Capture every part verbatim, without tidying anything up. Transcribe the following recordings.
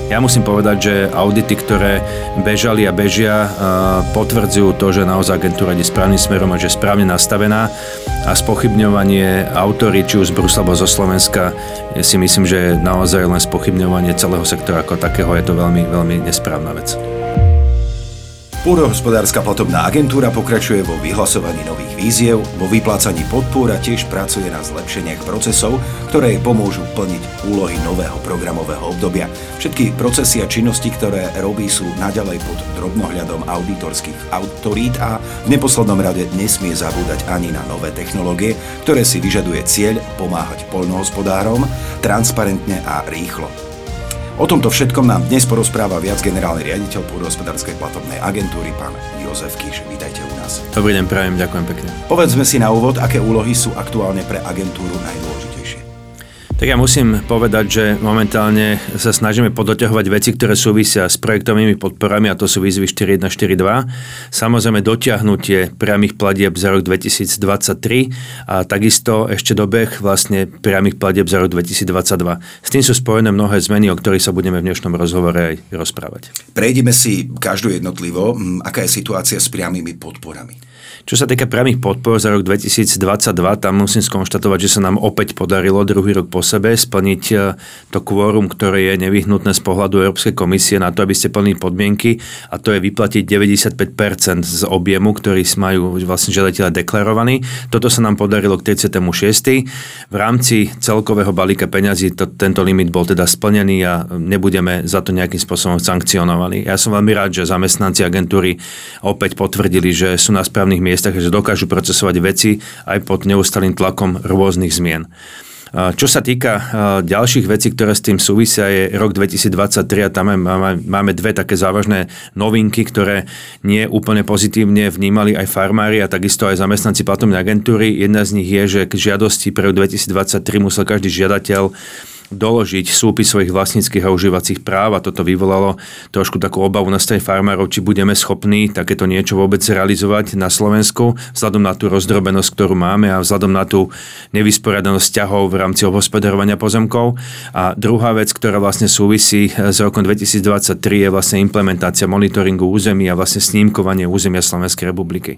Ja musím povedať, že audity, ktoré bežali a bežia, potvrdzujú to, že naozaj agentúra ide správnym smerom a že je správne nastavená a spochybňovanie autority, či už z Bruselu alebo zo Slovenska, ja si myslím, že je naozaj len spochybňovanie celého sektora ako takého, je to veľmi, veľmi nesprávna vec. Pôdohospodárska platobná agentúra pokračuje vo vyhlasovaní nových víziev, vo vyplácaní podpor a tiež pracuje na zlepšeniach procesov, ktoré pomôžu plniť úlohy nového programového obdobia. Všetky procesy a činnosti, ktoré robí, sú naďalej pod drobnohľadom auditorských autorít a v neposlednom rade nesmie zabúdať ani na nové technológie, ktoré si vyžaduje cieľ pomáhať poľnohospodárom transparentne a rýchlo. O tomto všetkom nám dnes porozpráva viac generálny riaditeľ Pôdohospodárskej platobnej agentúry, pán Jozef Kiš. Vítajte u nás. Dobrý deň, prajem, ďakujem pekne. Povedzme si na úvod, aké úlohy sú aktuálne pre agentúru najdôležitejšie. Tak ja musím povedať, že momentálne sa snažíme podoťahovať veci, ktoré súvisia s projektovými podporami, a to sú výzvy štyri jedna štyri dva. Samozrejme dotiahnutie priamych platieb za rok dvetisícdvadsaťtri a takisto ešte dobeh vlastne priamych platieb za rok dvetisícdvadsaťdva. S tým sú spojené mnohé zmeny, o ktorých sa budeme v dnešnom rozhovore aj rozprávať. Prejdime si každú jednotlivo. Aká je situácia s priamymi podporami? Čo sa týka priamych podpor za rok dvetisícdvadsaťdva, tam musím skonštatovať, že sa nám opäť podarilo druhý rok po sebe splniť to kvórum, ktoré je nevyhnutné z pohľadu Európskej komisie na to, aby ste plnili podmienky, a to je vyplatiť deväťdesiatpäť percent z objemu, ktorý majú vlastne žiadatelia deklarovaný. Toto sa nám podarilo k tridsiateho šiesteho V rámci celkového balíka peňazí to, tento limit bol teda splnený a nebudeme za to nejakým spôsobom sankcionovaní. Ja som veľmi rád, že zamestnanci agentúry opäť potvrdili, že sú na správnych miestach, že dokážu procesovať veci aj pod neustálým tlakom rôznych zmien. Čo sa týka ďalších vecí, ktoré s tým súvisia, je rok dvetisícdvadsaťtri a tam máme, máme dve také závažné novinky, ktoré nie úplne pozitívne vnímali aj farmári a takisto aj zamestnanci platobnej agentúry. Jedna z nich je, že k žiadosti pre rok dvetisícdvadsaťtri musel každý žiadateľ doložiť súpis svojich vlastníckych a užívacích práv a toto vyvolalo trošku takú obavu na strane farmárov, či budeme schopní takéto niečo vôbec realizovať na Slovensku vzhľadom na tú rozdrobenosť, ktorú máme a vzhľadom na tú nevysporiadanosť ťahov v rámci obhospodarovania pozemkov. A druhá vec, ktorá vlastne súvisí s rokom dvetisícdvadsaťtri, je vlastne implementácia monitoringu území a vlastne snímkovanie územia Slovenskej republiky.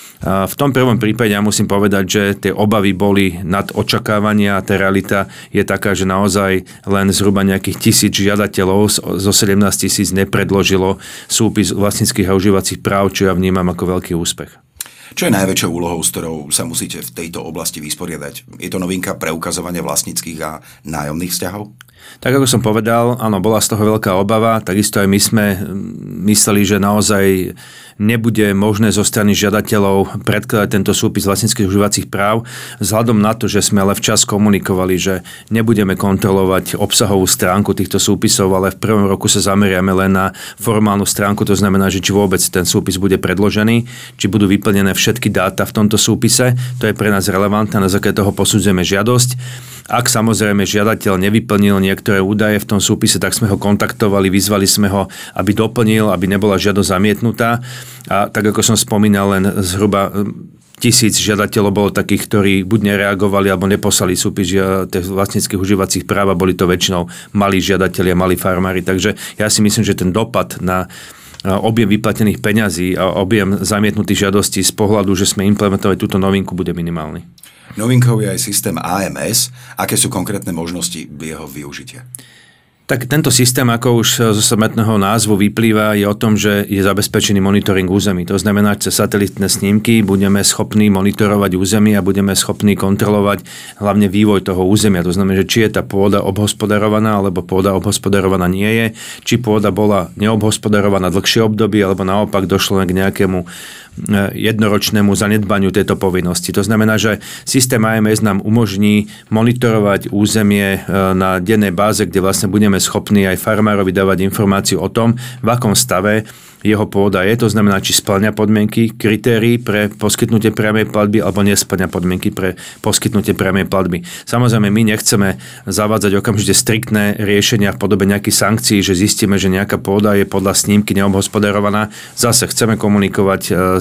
V tom prvom prípade ja musím povedať, že tie obavy boli nad očakávania a tá realita je taká, že naozaj len zhruba nejakých tisíc žiadateľov zo sedemnásť tisíc nepredložilo súpis vlastníckych a užívacích práv, čo ja vnímam ako veľký úspech. Čo je najväčšou úlohou, s ktorou sa musíte v tejto oblasti vysporiadať? Je to novinka preukazovania vlastníckych a nájomných vzťahov? Tak ako som povedal, áno, bola z toho veľká obava, takisto aj my sme mysleli, že naozaj nebude možné zo strany žiadateľov predkladať tento súpis vlastníckych užívacích práv, vzhľadom na to, že sme ale včas komunikovali, že nebudeme kontrolovať obsahovú stránku týchto súpisov, ale v prvom roku sa zameriame len na formálnu stránku, to znamená, že či vôbec ten súpis bude predložený, či budú vyplnené všetky dáta v tomto súpise, to je pre nás relevantné, na základe toho posudzujeme žiadosť. Ak samozrejme žiadateľ nevyplnil niektoré údaje v tom súpise, tak sme ho kontaktovali, vyzvali sme ho, aby doplnil, aby nebola žiadosť zamietnutá. A tak ako som spomínal, len zhruba tisíc žiadateľov bolo takých, ktorí buď nereagovali, alebo neposlali súpis tých vlastníckych užívacích práv a boli to väčšinou malí žiadatelia, malí farmári. Takže ja si myslím, že ten dopad na objem vyplatených peňazí a objem zamietnutých žiadostí z pohľadu, že sme implementovali túto novinku, bude minimálny. Novinkou je aj systém á em es. Aké sú konkrétne možnosti jeho využitia? Tak tento systém, ako už zo samotného názvu vyplýva, je o tom, že je zabezpečený monitoring území. To znamená, že cez satelitné snímky budeme schopní monitorovať územie a budeme schopní kontrolovať hlavne vývoj toho územia. To znamená, že či je tá pôda obhospodarovaná, alebo pôda obhospodarovaná nie je, či pôda bola neobhospodarovaná dlhšie obdobie, alebo naopak došlo k nejakému jednoročnému zanedbaniu tejto povinnosti. To znamená, že systém á em es nám umožní monitorovať územie na dennej báze, kde vlastne budeme schopní aj farmárovi dávať informáciu o tom, v akom stave jeho pôda je, to znamená, či spĺňa podmienky kritérií pre poskytnutie priamej platby alebo nespĺňa podmienky pre poskytnutie priamej platby. Samozrejme, my nechceme zavádzať okamžite striktné riešenia v podobe nejakých sankcií, že zistíme, že nejaká pôda je podľa snímky neobhospodarovaná. Zase chceme komunikovať s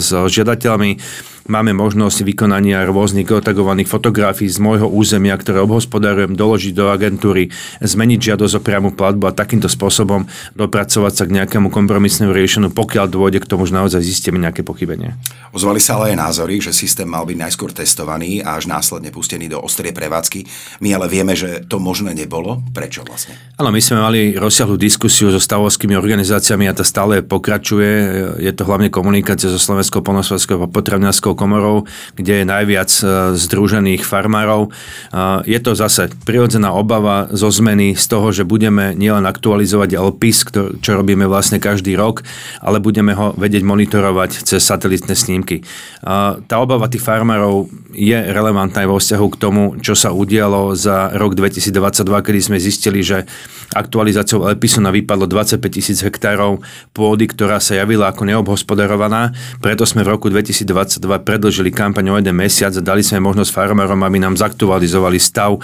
s žiadateľmi. Máme možnosť vykonania rôznych geotagovaných fotografií z môjho územia, ktoré obhospodarujem, doložiť do agentúry, zmeniť žiadosť o priamu platbu a takýmto spôsobom dopracovať sa k nejakému kompromisnému riešeniu, pokiaľ dôjde k tomu, že naozaj zistíme nejaké pochybenie. Ozvali sa ale aj názory, že systém mal byť najskôr testovaný a až následne pustený do ostrej prevádzky. My ale vieme, že to možné nebolo. Prečo vlastne? Áno, my sme mali rozsiahlu diskusiu so stavovskými organizáciami a tá stále pokračuje. Je to hlavne komunikácia so Slovenskou poľnohospodárskou a potravinárskou komorou, kde je najviac združených farmárov. Je to zase prirodzená obava zo zmeny z toho, že budeme nielen aktualizovať el pé í es, čo robíme vlastne každý rok, ale budeme ho vedieť monitorovať cez satelitné snímky. Tá obava tých farmárov je relevantná aj vo vzťahu k tomu, čo sa udialo za rok dvetisícdvadsaťdva, kedy sme zistili, že aktualizáciou el pé í esu nám vypadlo dvadsaťpäť tisíc hektárov pôdy, ktorá sa javila ako neobhospodarovaná. Preto sme v roku dvetisícdvadsaťdva predĺžili kampaň o jeden mesiac a dali sme možnosť farmárom, aby nám zaktualizovali stav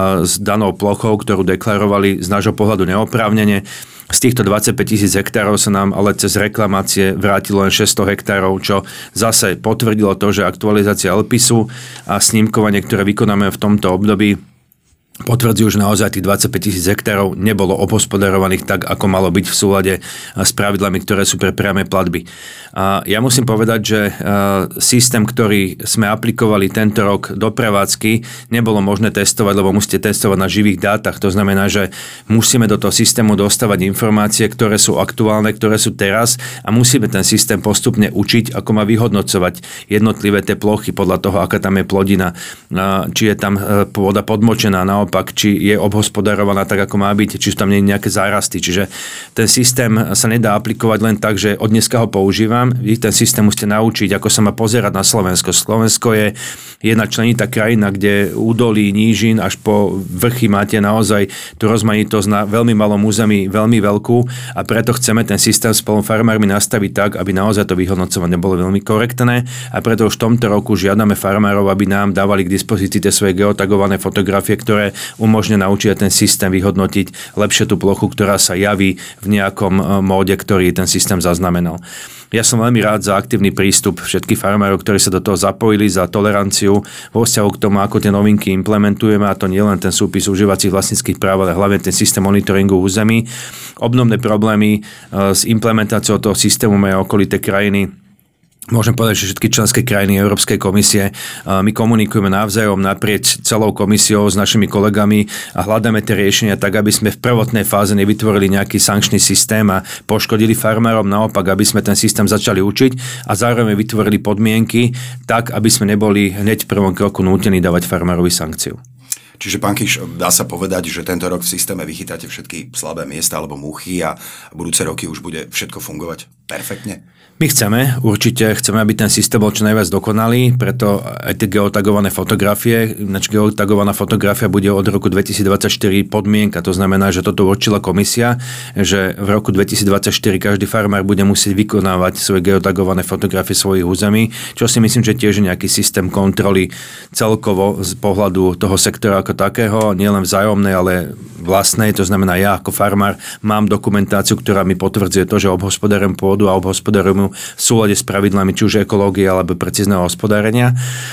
s danou plochou, ktorú deklarovali z nášho pohľadu neoprávnene. Z týchto dvadsaťpäť tisíc hektárov sa nám ale cez reklamácie vrátilo len šesťsto hektárov, čo zase potvrdilo to, že aktualizácia el pé í esu a snímkovanie, ktoré vykonáme v tomto období, potvrdzujú, že naozaj tých dvadsaťpäť tisíc hektárov nebolo obhospodarovaných tak, ako malo byť v súlade s pravidlami, ktoré sú pre priame platby. A ja musím povedať, že systém, ktorý sme aplikovali tento rok do prevádzky, nebolo možné testovať, lebo musíte testovať na živých dátach. To znamená, že musíme do toho systému dostávať informácie, ktoré sú aktuálne, ktoré sú teraz a musíme ten systém postupne učiť, ako má vyhodnocovať jednotlivé tie plochy podľa toho, aká tam je plodina, či je tam pôda podmočená, naopak, či je obhospodarovaná tak, ako má byť, či sú tam nejaké zárasty. Čiže ten systém sa nedá aplikovať len tak, že od dneska ho používam. Vy ten systém musíte naučiť, ako sa má pozerať na Slovensko. Slovensko je jedna členitá krajina, kde údolí, nížin až po vrchy máte naozaj tú rozmanitosť na veľmi malom území, veľmi veľkú a preto chceme ten systém spolu farmármi nastaviť tak, aby naozaj to vyhodnocovanie bolo veľmi korektné a preto už v tomto roku žiadame farmárov, aby nám dávali k dispozícii tie svoje geotagované fotografie, ktoré umožňuje naučiť ten systém vyhodnotiť lepšie tú plochu, ktorá sa javí v nejakom móde, ktorý ten systém zaznamenal. Ja som veľmi rád za aktívny prístup všetkých farmárov, ktorí sa do toho zapojili, za toleranciu vo vzťahu k tomu, ako tie novinky implementujeme, a to nie len ten súpis užívacích vlastníckych práv, ale hlavne ten systém monitoringu území. Obdobné problémy s implementáciou toho systému majú okolité krajiny. Môžem povedať, že všetky členské krajiny Európskej komisie, my komunikujeme navzájom naprieč celou komisiou s našimi kolegami a hľadáme tie riešenia tak, aby sme v prvotnej fáze nevytvorili nejaký sankčný systém a poškodili farmárom, naopak, aby sme ten systém začali učiť a zároveň vytvorili podmienky tak, aby sme neboli hneď v prvom kroku nútení dávať farmárovi sankciu. Čiže, pán Kiš, dá sa povedať, že tento rok v systéme vychytáte všetky slabé miesta alebo muchy a budúce roky už bude všetko fungovať perfektne? My chceme, určite chceme, aby ten systém bol čo najviac dokonalý, preto aj tie geotagované fotografie, ináč geotagovaná fotografia bude od roku dvetisícdvadsaťštyri podmienka, to znamená, že toto určila komisia, že v roku dvetisícdvadsaťštyri každý farmár bude musieť vykonávať svoje geotagované fotografie svojich území, čo si myslím, že tiež je nejaký systém kontroly celkovo z pohľadu toho sektora ako takého, nielen vzájomnej, ale vlastnej, to znamená, ja ako farmár mám dokumentáciu, ktorá mi potvrdzuje to, že obhospodárujem pôdu a obhospodárujem v súlade s pravidlami či už ekológie alebo precízneho hospodárenia.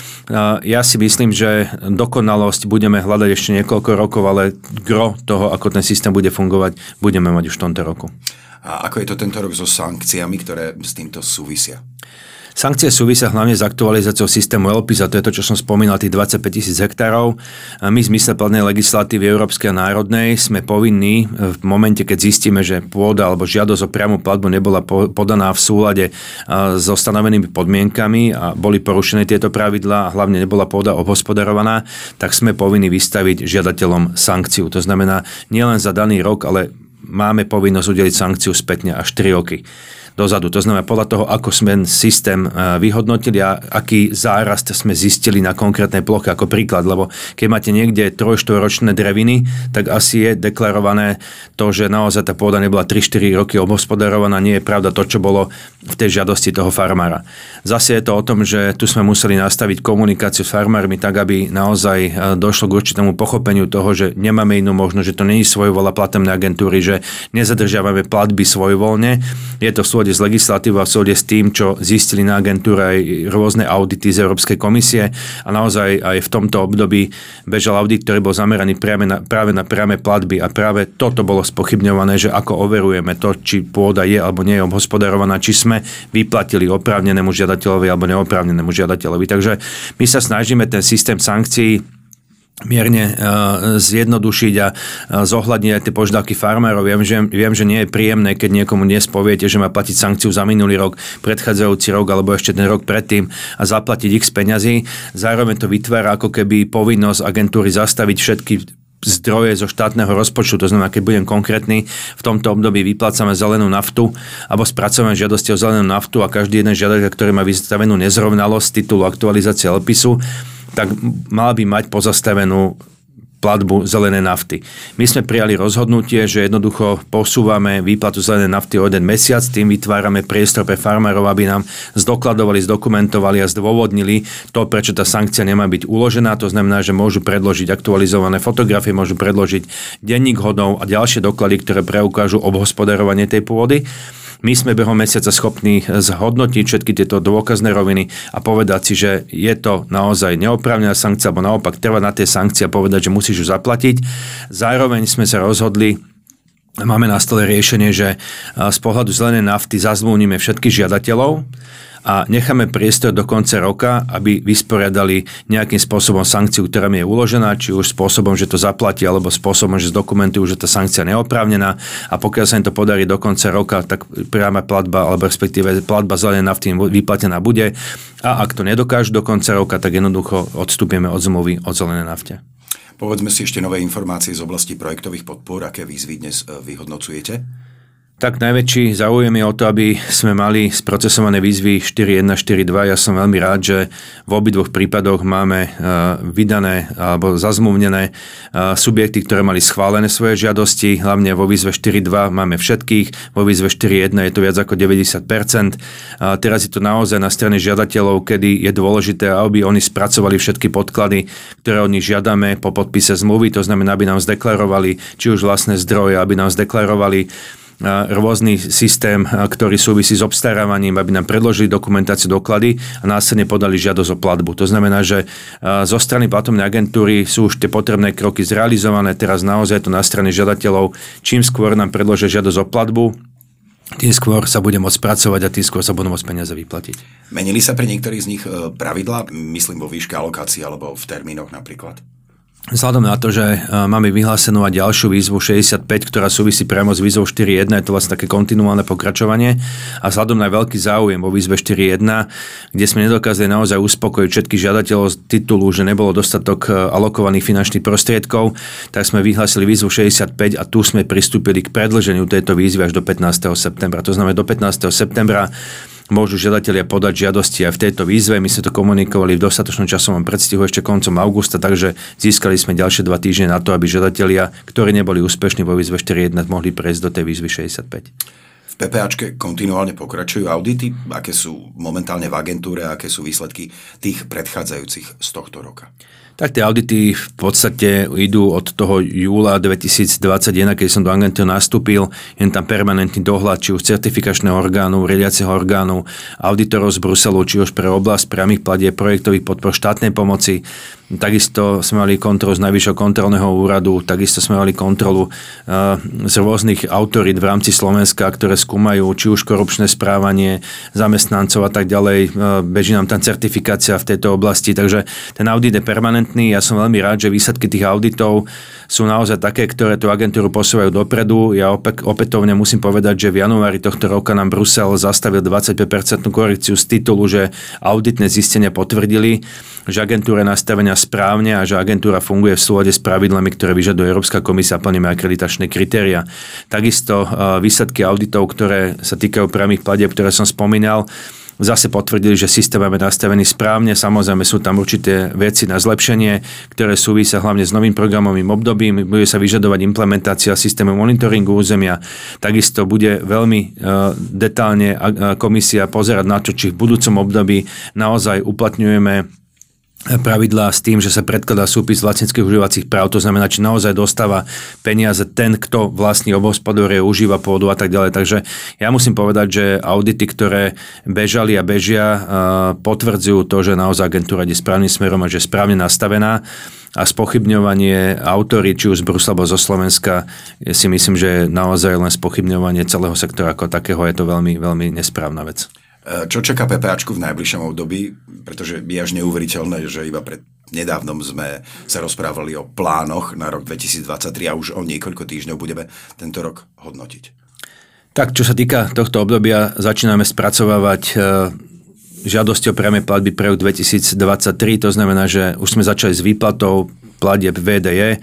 Ja si myslím, že dokonalosť budeme hľadať ešte niekoľko rokov, ale gro toho, ako ten systém bude fungovať, budeme mať už v tomto roku. A ako je to tento rok so sankciami, ktoré s týmto súvisia? Sankcie súvisia hlavne s aktualizáciou systému el pé í es, a to je to, čo som spomínal, tých dvadsaťpäť tisíc hektárov. A my v zmysle plnej legislatívy európskej a národnej sme povinní v momente, keď zistíme, že pôda alebo žiadosť o priamu platbu nebola podaná v súlade so stanovenými podmienkami a boli porušené tieto pravidlá a hlavne nebola pôda obhospodarovaná, tak sme povinní vystaviť žiadateľom sankciu. To znamená nielen za daný rok, ale máme povinnosť udeliť sankciu spätne až tri roky dozadu. To znamená podľa toho, ako sme systém vyhodnotili a aký zárast sme zistili na konkrétnej ploche ako príklad, lebo keď máte niekde troj-štvoročné dreviny, tak asi je deklarované to, že naozaj tá pôda nebola tri štyri roky obhospodarovaná, nie je pravda to, čo bolo v tej žiadosti toho farmára. Zase je to o tom, že tu sme museli nastaviť komunikáciu s farmármi tak, aby naozaj došlo k určitému pochopeniu toho, že nemáme inú možnosť, že to nie je svojvoľa platebnej agentúry, že že nezadržiavame platby svojvoľne. Je to v súlade s legislatívou a v súlade s tým, čo zistili na agentúre aj rôzne audity z Európskej komisie a naozaj aj v tomto období bežal audit, ktorý bol zameraný práve na, práve na priame platby a práve toto bolo spochybňované, že ako overujeme to, či pôda je alebo nie je obhospodarovaná, či sme vyplatili oprávnenému žiadateľovi alebo neoprávnenému žiadateľovi. Takže my sa snažíme ten systém sankcií mierne uh, zjednodušiť a uh, zohľadniť aj tie požiadavky farmárov. Viem že, viem, že nie je príjemné, keď niekomu dnes poviete, že má platiť sankciu za minulý rok, predchádzajúci rok alebo ešte ten rok predtým a zaplatiť x peňazí. Zároveň to vytvára ako keby povinnosť agentúry zastaviť všetky zdroje zo štátneho rozpočtu, to znamená, keď budem konkrétny, v tomto období vyplácame zelenú naftu alebo spracovame žiadosti o zelenú naftu a každý jeden žiadateľ, ktorý má vystavenú nezrovnalosť z titulu aktualizácie elpisu, tak mala by mať pozastavenú platbu zelenej nafty. My sme prijali rozhodnutie, že jednoducho posúvame výplatu zelenej nafty o jeden mesiac, tým vytvárame priestor pre farmárov, aby nám zdokladovali, zdokumentovali a zdôvodnili to, prečo tá sankcia nemá byť uložená. To znamená, že môžu predložiť aktualizované fotografie, môžu predložiť denník hodov a ďalšie doklady, ktoré preukážu obhospodarovanie tej pôdy. My sme behom mesiaca schopní zhodnotiť všetky tieto dôkazné roviny a povedať si, že je to naozaj neoprávnená sankcia, alebo naopak trvať na tej sankcii a povedať, že musíš ju zaplatiť. Zároveň sme sa rozhodli, máme na stole riešenie, že z pohľadu zelenej nafty zazmluvníme všetkých žiadateľov a necháme priestor do konca roka, aby vysporiadali nejakým spôsobom sankciu, ktorá mi je uložená, či už spôsobom, že to zaplatí, alebo spôsobom, že zdokumentujú, že tá sankcia je neoprávnená a pokiaľ sa im to podarí do konca roka, tak priama platba, alebo respektíve platba zelenej nafty vyplatená bude a ak to nedokážu do konca roka, tak jednoducho odstúpime od zmluvy o zelenej nafte. Povedzme si ešte nové informácie z oblasti projektových podpor, aké výzvy dnes vyhodnocujete? Tak najväčší záujem je o to, aby sme mali sprocesované výzvy štyri jedna, štyri dva. Ja som veľmi rád, že v obidvoch prípadoch máme vydané alebo zazmluvnené subjekty, ktoré mali schválené svoje žiadosti. Hlavne vo výzve štyri dva máme všetkých, vo výzve štyri jedna je to viac ako deväťdesiat percent. A teraz je to naozaj na strane žiadateľov, kedy je dôležité, aby oni spracovali všetky podklady, ktoré od nich žiadame po podpise zmluvy. To znamená, aby nám zdeklarovali či už vlastné zdroje, aby nám zdeklarovali rôzny systém, ktorý súvisí s obstarávaním, aby nám predložili dokumentáciu, doklady a následne podali žiadosť o platbu. To znamená, že zo strany platobnej agentúry sú už tie potrebné kroky zrealizované, teraz naozaj to na strane žiadateľov, čím skôr nám predložia žiadosť o platbu, tým skôr sa bude môcť spracovať a tým skôr sa budú môcť peniaze vyplatiť. Menili sa pre niektorých z nich pravidlá, myslím vo výške alokácií alebo v termínoch napríklad? Vzhľadom na to, že máme vyhlásenú aj ďalšiu výzvu šesťdesiatpäť, ktorá súvisí priamo s výzvou štyri jedna, je to vlastne také kontinuálne pokračovanie a vzhľadom na veľký záujem vo výzve štyri jedna, kde sme nedokázali naozaj uspokojiť všetkých žiadateľov z titulu, že nebolo dostatok alokovaných finančných prostriedkov, tak sme vyhlásili výzvu šesťdesiatpäť a tu sme pristúpili k predĺženiu tejto výzvy až do pätnásteho septembra. To znamená, do pätnásteho septembra môžu žiadatelia podať žiadosti aj v tejto výzve. My sme to komunikovali v dostatočnom časovom predstihu ešte koncom augusta, takže získali sme ďalšie dva týždne na to, aby žiadatelia, ktorí neboli úspešní vo výzve štyri jedna, mohli prejsť do tej výzvy šesťdesiatpäť. V PPAčke kontinuálne pokračujú audity. Aké sú momentálne v agentúre a aké sú výsledky tých predchádzajúcich z tohto roka? Tak tie audity v podstate idú od toho júla dvetisícdvadsaťjeden, keď som do agentúry nastúpil. Je tam permanentný dohľad, či už certifikačného orgánu, riadiaceho orgánu, auditorov z Bruselu, či už pre oblasť priamych platieb, projektových podpor štátnej pomoci. Takisto sme mali kontrolu z Najvyššieho kontrolného úradu, takisto sme mali kontrolu z rôznych autorít v rámci Slovenska, ktoré skúmajú či už korupčné správanie zamestnancov a tak ďalej. Beží nám tam certifikácia v tejto oblasti, takže ten audit je permanentný. Ja som veľmi rád, že výsledky tých auditov sú naozaj také, ktoré tú agentúru posúvajú dopredu. Ja opäť, opätovne musím povedať, že v januári tohto roka nám Brusel zastavil dvadsaťpäť percent korekciu z titulu, že auditné zistenia potvrdili, že agentúra je nastavená správne a že agentúra funguje v súlade s pravidlami, ktoré vyžaduje Európska komisia a plníme akreditačné kritéria. Takisto výsledky auditov, ktoré sa týkajú priamych platieb, ktoré som spomínal, zase potvrdili, že systém máme nastavený správne. Samozrejme sú tam určité veci na zlepšenie, ktoré súvisia hlavne s novým programovým obdobím. Bude sa vyžadovať implementácia systému monitoringu územia. Takisto bude veľmi detálne komisia pozerať na to, či v budúcom období naozaj uplatňujeme pravidlá s tým, že sa predkladá súpis vlastníckych užívacích práv, to znamená, či naozaj dostáva peniaze ten, kto vlastní, obhospodaruje, užíva pôdu a tak ďalej. Takže ja musím povedať, že audity, ktoré bežali a bežia, potvrdzujú to, že naozaj agentúra ide správnym smerom a že je správne nastavená. A spochybňovanie autory, či už z Bruselu alebo zo Slovenska, si myslím, že je naozaj len spochybňovanie celého sektora ako takého. Je to veľmi, veľmi nesprávna vec. Čo čaká PPAčku v najbližšom období? Pretože je až neuveriteľné, že iba pred nedávnom sme sa rozprávali o plánoch na rok dvetisícdvadsaťtri a už o niekoľko týždňov budeme tento rok hodnotiť. Tak, čo sa týka tohto obdobia, začíname spracovávať žiadosti o priame platby pre rok dvetisícdvadsaťtri. To znamená, že už sme začali s výplatou platieb vé dé é.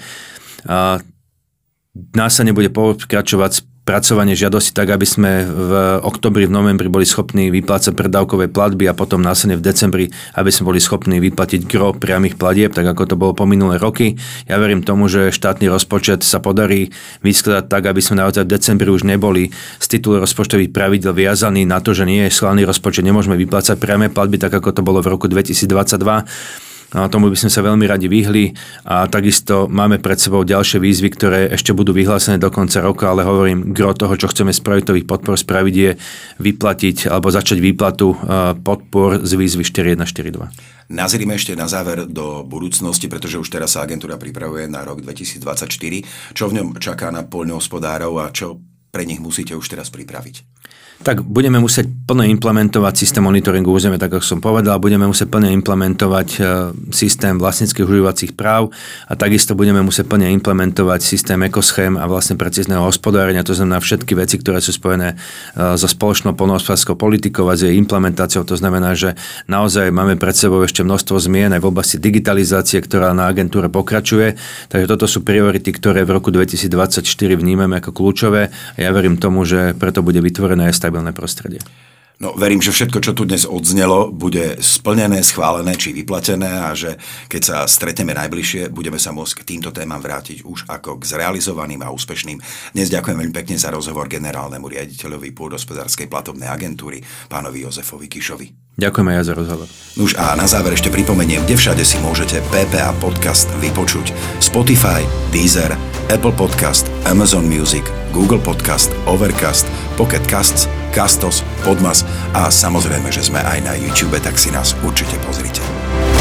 A následne bude pokračovať spracovanie žiadosti tak, aby sme v oktobri, v novembri boli schopní vyplácať predávkové platby a potom následne v decembri, aby sme boli schopní vyplatiť gro priamych platieb, tak ako to bolo po minulé roky. Ja verím tomu, že štátny rozpočet sa podarí vyskladať tak, aby sme naozaj v decembri už neboli z titulu rozpočtových pravidel viazaní na to, že nie je schválený rozpočet, nemôžeme vyplácať priame platby, tak ako to bolo v roku dvetisícdvadsaťdva. A tomu by sme sa veľmi radi vyhli a takisto máme pred sebou ďalšie výzvy, ktoré ešte budú vyhlásené do konca roka, ale hovorím, gro toho, čo chceme z projektových podpor spraviť, je vyplatiť alebo začať výplatu podpor z výzvy štyri jedna štyri dva. Nazrime ešte na záver do budúcnosti, pretože už teraz sa agentúra pripravuje na rok dvetisícdvadsaťštyri. Čo v ňom čaká na poľnohospodárov a čo pre nich musíte už teraz pripraviť? Tak budeme musieť plne implementovať systém monitoringu územia, tak ako som povedal, budeme musieť plne implementovať systém vlastníckych užívacích práv a takisto budeme musieť plne implementovať systém ekoschém a vlastne precízneho hospodárenia, to znamená všetky veci, ktoré sú spojené so spoločnou poľnohospodárskou politikou a s jej implementáciou. To znamená, že naozaj máme pred sebou ešte množstvo zmien aj v oblasti digitalizácie, ktorá na agentúre pokračuje. Takže toto sú priority, ktoré v roku dvetisícdvadsaťštyri vnímame ako kľúčové a ja verím tomu, že preto bude vytvorené aj stabilné prostredie. No, verím, že všetko, čo tu dnes odznelo, bude splnené, schválené či vyplatené a že keď sa stretneme najbližšie, budeme sa môcť k týmto témam vrátiť už ako k zrealizovaným a úspešným. Dnes ďakujem veľmi pekne za rozhovor generálnemu riaditeľovi Pôdohospodárskej platobnej agentúry, pánovi Jozefovi Kišovi. Ďakujem aj ja za rozhovor. Nuž a na záver ešte pripomeniem, kde všade si môžete pé pé á podcast vypočuť. Spotify, Deezer, Apple Podcast, Amazon Music, Google Podcast, Overcast, Pocket Casts, Castos, Podmas a samozrejme, že sme aj na YouTube, tak si nás určite pozrite.